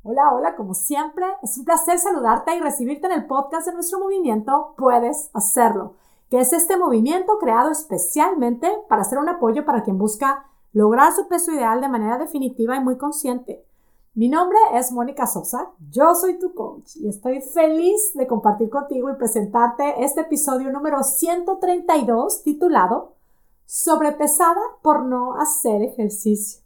Hola, hola, como siempre, es un placer saludarte y recibirte en el podcast de nuestro movimiento Puedes Hacerlo, que es este movimiento creado especialmente para ser un apoyo para quien busca lograr su peso ideal de manera definitiva y muy consciente. Mi nombre es Mónica Sosa, yo soy tu coach y estoy feliz de compartir contigo y presentarte este episodio número 132 titulado Sobrepesada por no hacer ejercicio.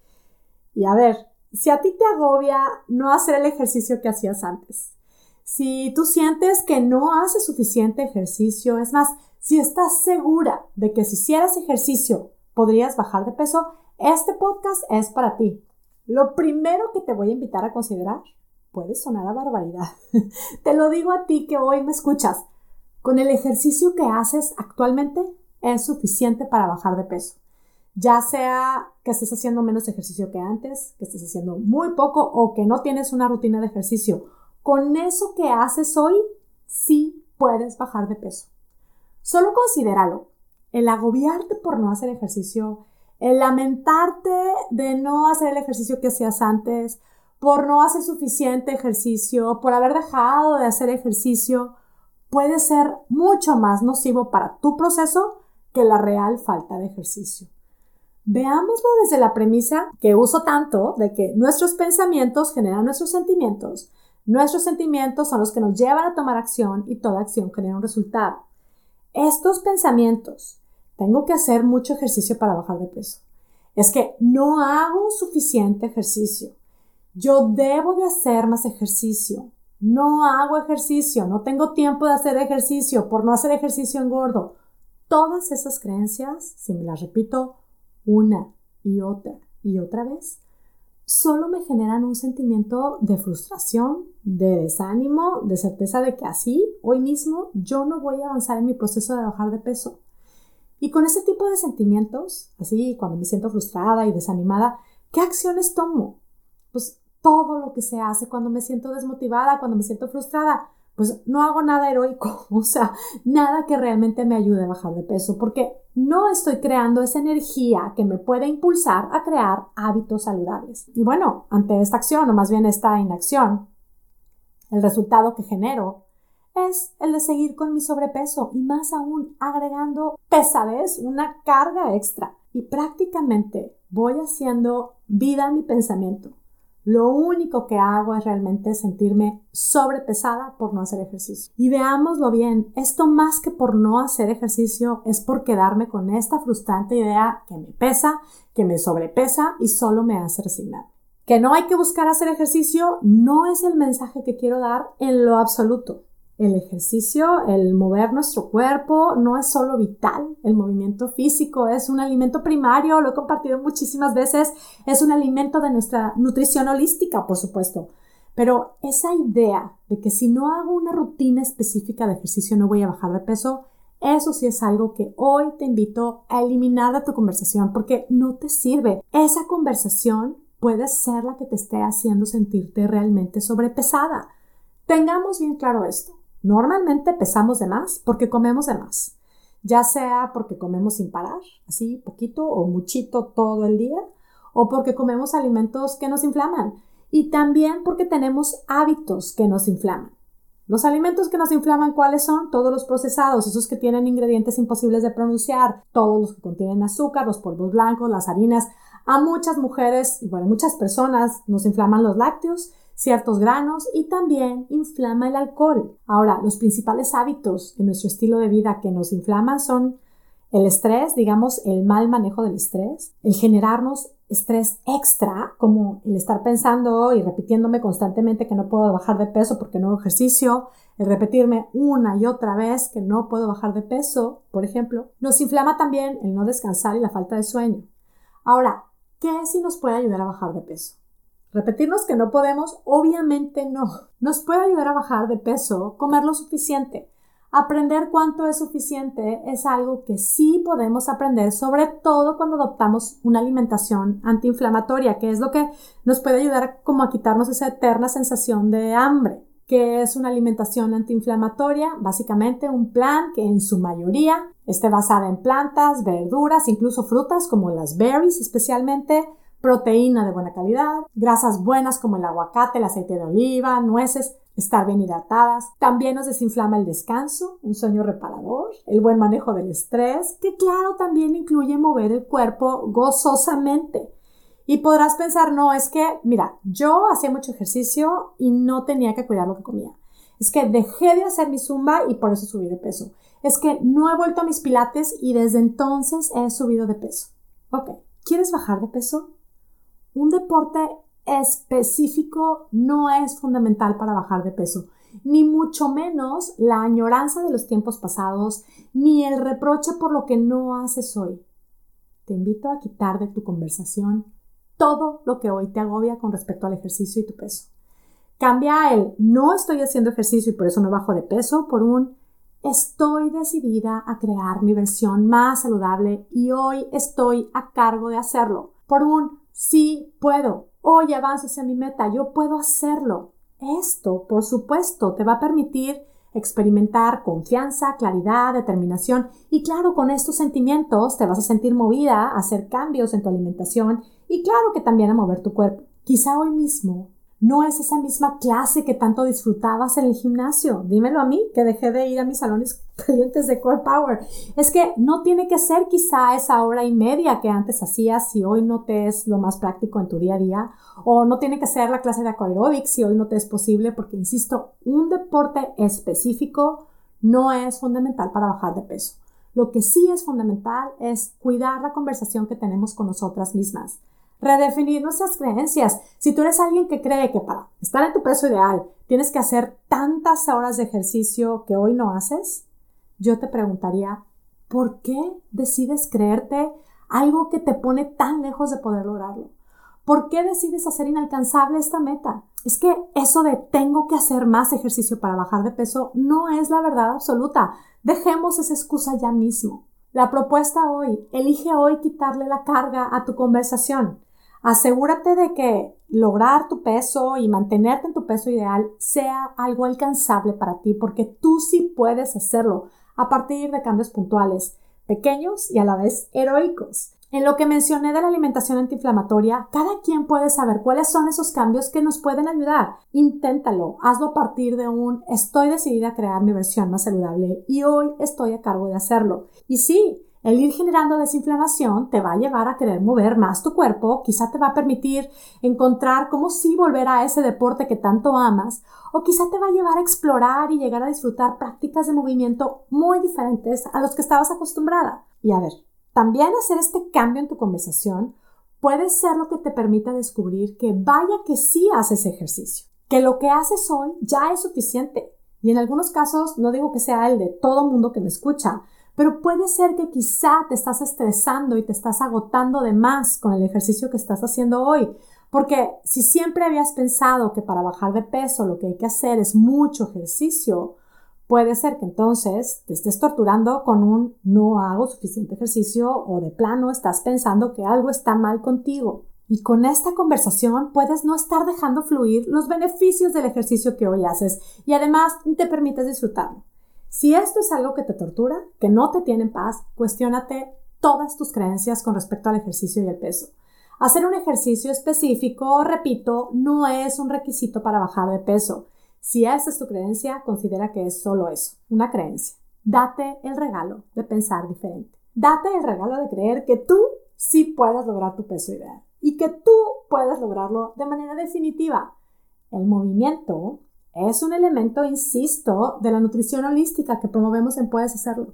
Y a ver, si a ti te agobia no hacer el ejercicio que hacías antes, si tú sientes que no haces suficiente ejercicio, es más, si estás segura de que si hicieras ejercicio podrías bajar de peso, este podcast es para ti. Lo primero que te voy a invitar a considerar puede sonar a barbaridad. Te lo digo a ti que hoy me escuchas. Con el ejercicio que haces actualmente es suficiente para bajar de peso. Ya sea que estés haciendo menos ejercicio que antes, que estés haciendo muy poco o que no tienes una rutina de ejercicio. Con eso que haces hoy, sí puedes bajar de peso. Solo considéralo. El agobiarte por no hacer ejercicio, el lamentarte de no hacer el ejercicio que hacías antes, por no hacer suficiente ejercicio, por haber dejado de hacer ejercicio, puede ser mucho más nocivo para tu proceso que la real falta de ejercicio. Veámoslo desde la premisa que uso tanto de que nuestros pensamientos generan nuestros sentimientos son los que nos llevan a tomar acción y toda acción genera un resultado. Estos pensamientos, tengo que hacer mucho ejercicio para bajar de peso, es que no hago suficiente ejercicio, yo debo de hacer más ejercicio, no hago ejercicio, no tengo tiempo de hacer ejercicio, por no hacer ejercicio engordo. Todas esas creencias, si me las repito una y otra vez, solo me generan un sentimiento de frustración, de desánimo, de certeza de que así, hoy mismo, yo no voy a avanzar en mi proceso de bajar de peso. Y con ese tipo de sentimientos, así cuando me siento frustrada y desanimada, ¿qué acciones tomo? Pues todo lo que se hace cuando me siento desmotivada, cuando me siento frustrada. Pues no hago nada heroico, o sea, nada que realmente me ayude a bajar de peso, porque no estoy creando esa energía que me puede impulsar a crear hábitos saludables. Y bueno, ante esta acción, o más bien esta inacción, el resultado que genero es el de seguir con mi sobrepeso y más aún agregando pesadez, una carga extra. Y prácticamente voy haciendo vida a mi pensamiento. Lo único que hago es realmente sentirme sobrepesada por no hacer ejercicio. Y veámoslo bien, esto más que por no hacer ejercicio es por quedarme con esta frustrante idea que me pesa, que me sobrepesa y solo me hace resignar. Que no hay que buscar hacer ejercicio no es el mensaje que quiero dar en lo absoluto. El ejercicio, el mover nuestro cuerpo, no es solo vital. El movimiento físico es un alimento primario, lo he compartido muchísimas veces, es un alimento de nuestra nutrición holística, por supuesto. Pero esa idea de que si no hago una rutina específica de ejercicio no voy a bajar de peso, eso sí es algo que hoy te invito a eliminar de tu conversación porque no te sirve. Esa conversación puede ser la que te esté haciendo sentirte realmente sobrepesada. Tengamos bien claro esto. Normalmente pesamos de más porque comemos de más, ya sea porque comemos sin parar, así poquito o muchito todo el día, o porque comemos alimentos que nos inflaman y también porque tenemos hábitos que nos inflaman. Los alimentos que nos inflaman, ¿cuáles son? Todos los procesados, esos que tienen ingredientes imposibles de pronunciar, todos los que contienen azúcar, los polvos blancos, las harinas. A muchas mujeres, muchas personas nos inflaman los lácteos, ciertos granos y también inflama el alcohol. Ahora, los principales hábitos en nuestro estilo de vida que nos inflaman son el estrés, digamos, el mal manejo del estrés, el generarnos estrés extra, como el estar pensando y repitiéndome constantemente que no puedo bajar de peso porque no hago ejercicio, el repetirme una y otra vez que no puedo bajar de peso, por ejemplo. Nos inflama también el no descansar y la falta de sueño. Ahora, ¿qué sí nos puede ayudar a bajar de peso? Repetirnos que no podemos, obviamente no. Nos puede ayudar a bajar de peso, comer lo suficiente. Aprender cuánto es suficiente es algo que sí podemos aprender, sobre todo cuando adoptamos una alimentación antiinflamatoria, que es lo que nos puede ayudar como a quitarnos esa eterna sensación de hambre. ¿Qué es una alimentación antiinflamatoria? Básicamente un plan que en su mayoría esté basada en plantas, verduras, incluso frutas como las berries especialmente, proteína de buena calidad, grasas buenas como el aguacate, el aceite de oliva, nueces, estar bien hidratadas. También nos desinflama el descanso, un sueño reparador, el buen manejo del estrés, que claro también incluye mover el cuerpo gozosamente. Y podrás pensar, no, es que, mira, yo hacía mucho ejercicio y no tenía que cuidar lo que comía. Es que dejé de hacer mi zumba y por eso subí de peso. Es que no he vuelto a mis pilates y desde entonces he subido de peso. Ok, ¿quieres bajar de peso? Un deporte específico no es fundamental para bajar de peso, ni mucho menos la añoranza de los tiempos pasados, ni el reproche por lo que no haces hoy. Te invito a quitar de tu conversación todo lo que hoy te agobia con respecto al ejercicio y tu peso. Cambia el no estoy haciendo ejercicio y por eso no bajo de peso por un estoy decidida a crear mi versión más saludable y hoy estoy a cargo de hacerlo. Por un sí puedo, hoy avanzo hacia mi meta, yo puedo hacerlo. Esto, por supuesto, te va a permitir experimentar confianza, claridad, determinación y claro, con estos sentimientos te vas a sentir movida a hacer cambios en tu alimentación y claro que también a mover tu cuerpo. Quizá hoy mismo no es esa misma clase que tanto disfrutabas en el gimnasio. Dímelo a mí, que dejé de ir a mis salones calientes de Core Power. Es que no tiene que ser quizá esa hora y media que antes hacías si hoy no te es lo más práctico en tu día a día. O no tiene que ser la clase de aquaerobics si hoy no te es posible porque, insisto, un deporte específico no es fundamental para bajar de peso. Lo que sí es fundamental es cuidar la conversación que tenemos con nosotras mismas. Redefinir nuestras creencias. Si tú eres alguien que cree que para estar en tu peso ideal tienes que hacer tantas horas de ejercicio que hoy no haces, yo te preguntaría, ¿por qué decides creerte algo que te pone tan lejos de poder lograrlo? ¿Por qué decides hacer inalcanzable esta meta? Es que eso de tengo que hacer más ejercicio para bajar de peso no es la verdad absoluta. Dejemos esa excusa ya mismo. La propuesta hoy, elige hoy quitarle la carga a tu conversación. Asegúrate de que lograr tu peso y mantenerte en tu peso ideal sea algo alcanzable para ti, porque tú sí puedes hacerlo a partir de cambios puntuales, pequeños y a la vez heroicos. En lo que mencioné de la alimentación antiinflamatoria, cada quien puede saber cuáles son esos cambios que nos pueden ayudar. Inténtalo, hazlo a partir de un estoy decidida a crear mi versión más saludable y hoy estoy a cargo de hacerlo. Y sí, el ir generando desinflamación te va a llevar a querer mover más tu cuerpo, quizá te va a permitir encontrar cómo sí volver a ese deporte que tanto amas, o quizá te va a llevar a explorar y llegar a disfrutar prácticas de movimiento muy diferentes a los que estabas acostumbrada. Y a ver, también hacer este cambio en tu conversación puede ser lo que te permita descubrir que vaya que sí haces ejercicio, que lo que haces hoy ya es suficiente. Y en algunos casos, no digo que sea el de todo mundo que me escucha, pero puede ser que quizá te estás estresando y te estás agotando de más con el ejercicio que estás haciendo hoy. Porque si siempre habías pensado que para bajar de peso lo que hay que hacer es mucho ejercicio, puede ser que entonces te estés torturando con un no hago suficiente ejercicio o de plano estás pensando que algo está mal contigo. Y con esta conversación puedes no estar dejando fluir los beneficios del ejercicio que hoy haces y además te permites disfrutarlo. Si esto es algo que te tortura, que no te tiene en paz, cuestiónate todas tus creencias con respecto al ejercicio y el peso. Hacer un ejercicio específico, repito, no es un requisito para bajar de peso. Si esa es tu creencia, considera que es solo eso, una creencia. Date el regalo de pensar diferente. Date el regalo de creer que tú sí puedes lograr tu peso ideal y que tú puedes lograrlo de manera definitiva. El movimiento es un elemento, insisto, de la nutrición holística que promovemos en Puedes Hacerlo.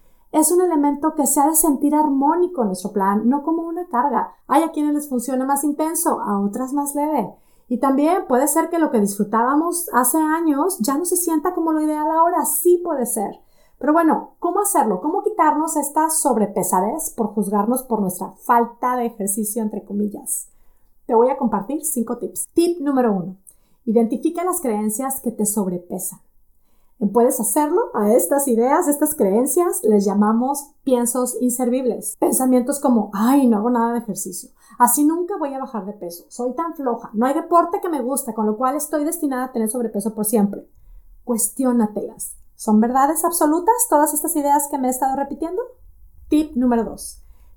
Es un elemento que se ha de sentir armónico en nuestro plan, no como una carga. Hay a quienes les funciona más intenso, a otras más leve. Y también puede ser que lo que disfrutábamos hace años ya no se sienta como lo ideal ahora. Sí puede ser. Pero bueno, ¿cómo hacerlo? ¿Cómo quitarnos esta sobrepesadez por juzgarnos por nuestra falta de ejercicio, entre comillas? Te voy a compartir 5 tips. Tip número 1. Identifica las creencias que te sobrepesan. Puedes hacerlo a estas ideas, estas creencias, les llamamos piensos inservibles. Pensamientos como, ay, no hago nada de ejercicio. Así nunca voy a bajar de peso. Soy tan floja. No hay deporte que me guste, con lo cual estoy destinada a tener sobrepeso por siempre. Cuestiónatelas. ¿Son verdades absolutas todas estas ideas que me he estado repitiendo? Tip número 2.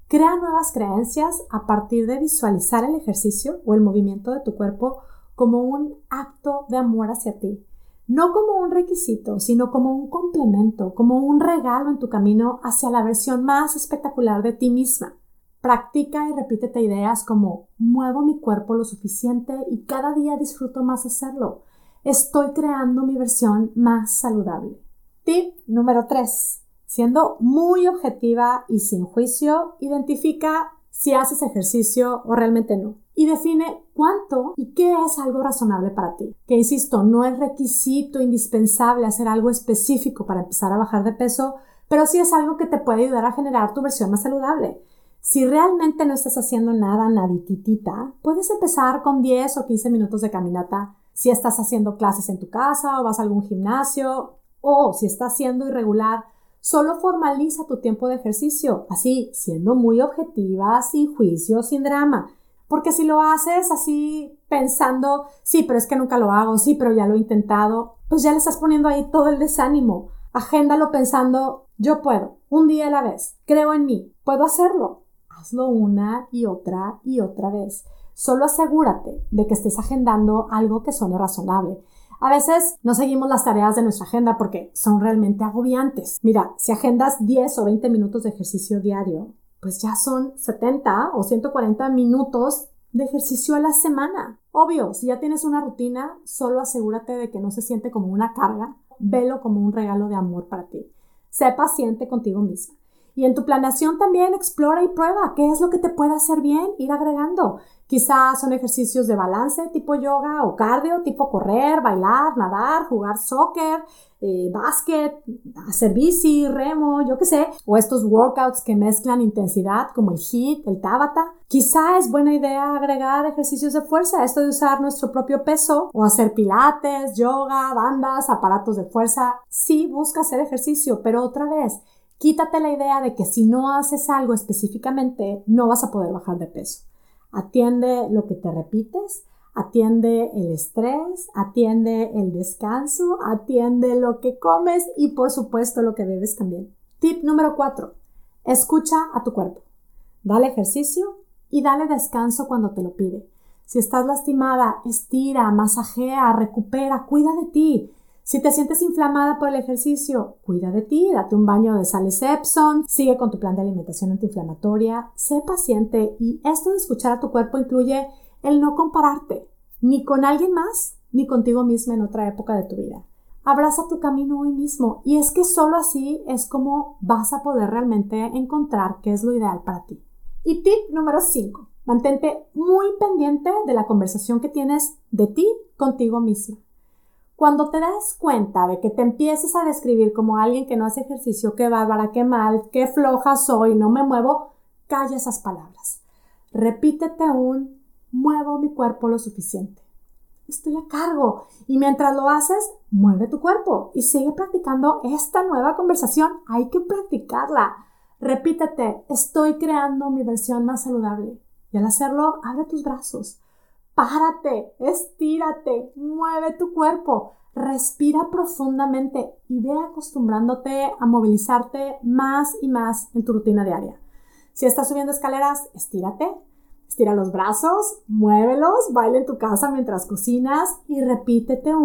Crea nuevas creencias a partir de visualizar el ejercicio o el movimiento de tu cuerpo como un acto de amor hacia ti. No como un requisito, sino como un complemento, como un regalo en tu camino hacia la versión más espectacular de ti misma. Practica y repítete ideas como muevo mi cuerpo lo suficiente y cada día disfruto más hacerlo. Estoy creando mi versión más saludable. Tip número 3. Siendo muy objetiva y sin juicio, identifica si haces ejercicio o realmente no. Y define cuánto y qué es algo razonable para ti. Que insisto, no es requisito indispensable hacer algo específico para empezar a bajar de peso, pero sí es algo que te puede ayudar a generar tu versión más saludable. Si realmente no estás haciendo nada nadititita, puedes empezar con 10 o 15 minutos de caminata si estás haciendo clases en tu casa o vas a algún gimnasio, o si estás siendo irregular, solo formaliza tu tiempo de ejercicio, así, siendo muy objetiva, sin juicio, sin drama. Porque si lo haces así pensando, sí, pero es que nunca lo hago, sí, pero ya lo he intentado, pues ya le estás poniendo ahí todo el desánimo. Agéndalo pensando, yo puedo, un día a la vez, creo en mí, puedo hacerlo. Hazlo una y otra vez. Solo asegúrate de que estés agendando algo que suene razonable. A veces no seguimos las tareas de nuestra agenda porque son realmente agobiantes. Mira, si agendas 10 o 20 minutos de ejercicio diario, pues ya son 70 o 140 minutos de ejercicio a la semana. Obvio, si ya tienes una rutina, solo asegúrate de que no se siente como una carga. Velo como un regalo de amor para ti. Sé paciente contigo misma. Y en tu planeación también explora y prueba qué es lo que te puede hacer bien, ir agregando. Quizás son ejercicios de balance tipo yoga o cardio, tipo correr, bailar, nadar, jugar soccer, básquet, hacer bici, remo, yo qué sé. O estos workouts que mezclan intensidad como el HIIT, el Tabata. Quizá es buena idea agregar ejercicios de fuerza, esto de usar nuestro propio peso o hacer pilates, yoga, bandas, aparatos de fuerza. Sí, busca hacer ejercicio, pero otra vez, quítate la idea de que si no haces algo específicamente, no vas a poder bajar de peso. Atiende lo que te repites, atiende el estrés, atiende el descanso, atiende lo que comes y por supuesto lo que bebes también. Tip número 4. Escucha a tu cuerpo. Dale ejercicio y dale descanso cuando te lo pide. Si estás lastimada, estira, masajea, recupera, cuida de ti. Si te sientes inflamada por el ejercicio, cuida de ti, date un baño de sales Epsom, sigue con tu plan de alimentación antiinflamatoria, sé paciente y esto de escuchar a tu cuerpo incluye el no compararte, ni con alguien más, ni contigo misma en otra época de tu vida. Abraza tu camino hoy mismo y es que solo así es como vas a poder realmente encontrar qué es lo ideal para ti. Y tip número 5, mantente muy pendiente de la conversación que tienes de ti contigo misma. Cuando te das cuenta de que te empieces a describir como alguien que no hace ejercicio, qué bárbara, qué mal, qué floja soy, no me muevo, calla esas palabras. Repítete muevo mi cuerpo lo suficiente. Estoy a cargo. Y mientras lo haces, mueve tu cuerpo y sigue practicando esta nueva conversación. Hay que practicarla. Repítete, estoy creando mi versión más saludable. Y al hacerlo, abre tus brazos. Párate, estírate, mueve tu cuerpo, respira profundamente y ve acostumbrándote a movilizarte más y más en tu rutina diaria. Si estás subiendo escaleras, estírate, estira los brazos, muévelos, baila en tu casa mientras cocinas y repítete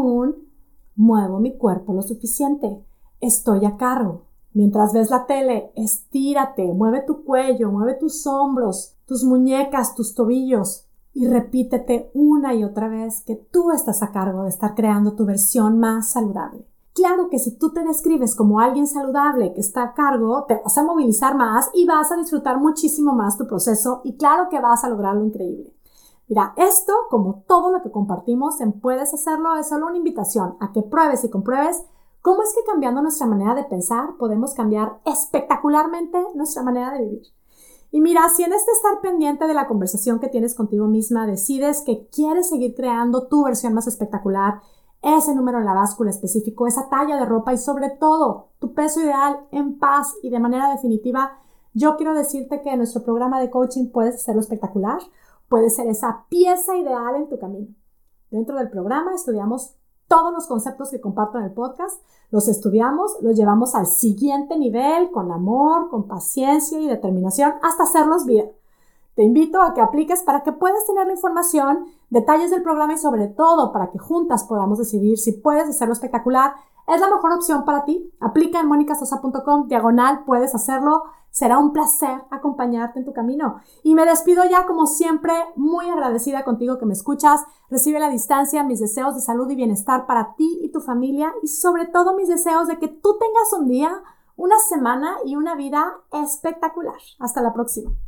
muevo mi cuerpo lo suficiente, estoy a cargo. Mientras ves la tele, estírate, mueve tu cuello, mueve tus hombros, tus muñecas, tus tobillos. Y repítete una y otra vez que tú estás a cargo de estar creando tu versión más saludable. Claro que si tú te describes como alguien saludable que está a cargo, te vas a movilizar más y vas a disfrutar muchísimo más tu proceso y claro que vas a lograr lo increíble. Mira, esto, como todo lo que compartimos en Puedes Hacerlo, es solo una invitación a que pruebes y compruebes cómo es que cambiando nuestra manera de pensar podemos cambiar espectacularmente nuestra manera de vivir. Y mira, si en este estar pendiente de la conversación que tienes contigo misma decides que quieres seguir creando tu versión más espectacular, ese número en la báscula específico, esa talla de ropa y sobre todo tu peso ideal en paz y de manera definitiva, yo quiero decirte que nuestro programa de coaching Puedes Hacerlo Espectacular puede ser esa pieza ideal en tu camino. Dentro del programa estudiamos todos los conceptos que comparto en el podcast, los estudiamos, los llevamos al siguiente nivel con amor, con paciencia y determinación hasta hacerlos bien. Te invito a que apliques para que puedas tener la información, detalles del programa y sobre todo para que juntas podamos decidir si puedes hacerlo espectacular. Es la mejor opción para ti. Aplica en monicasosa.com/, puedes hacerlo. Será un placer acompañarte en tu camino. Y me despido ya, como siempre, muy agradecida contigo que me escuchas. Recibe a la distancia mis deseos de salud y bienestar para ti y tu familia y sobre todo mis deseos de que tú tengas un día, una semana y una vida espectacular. Hasta la próxima.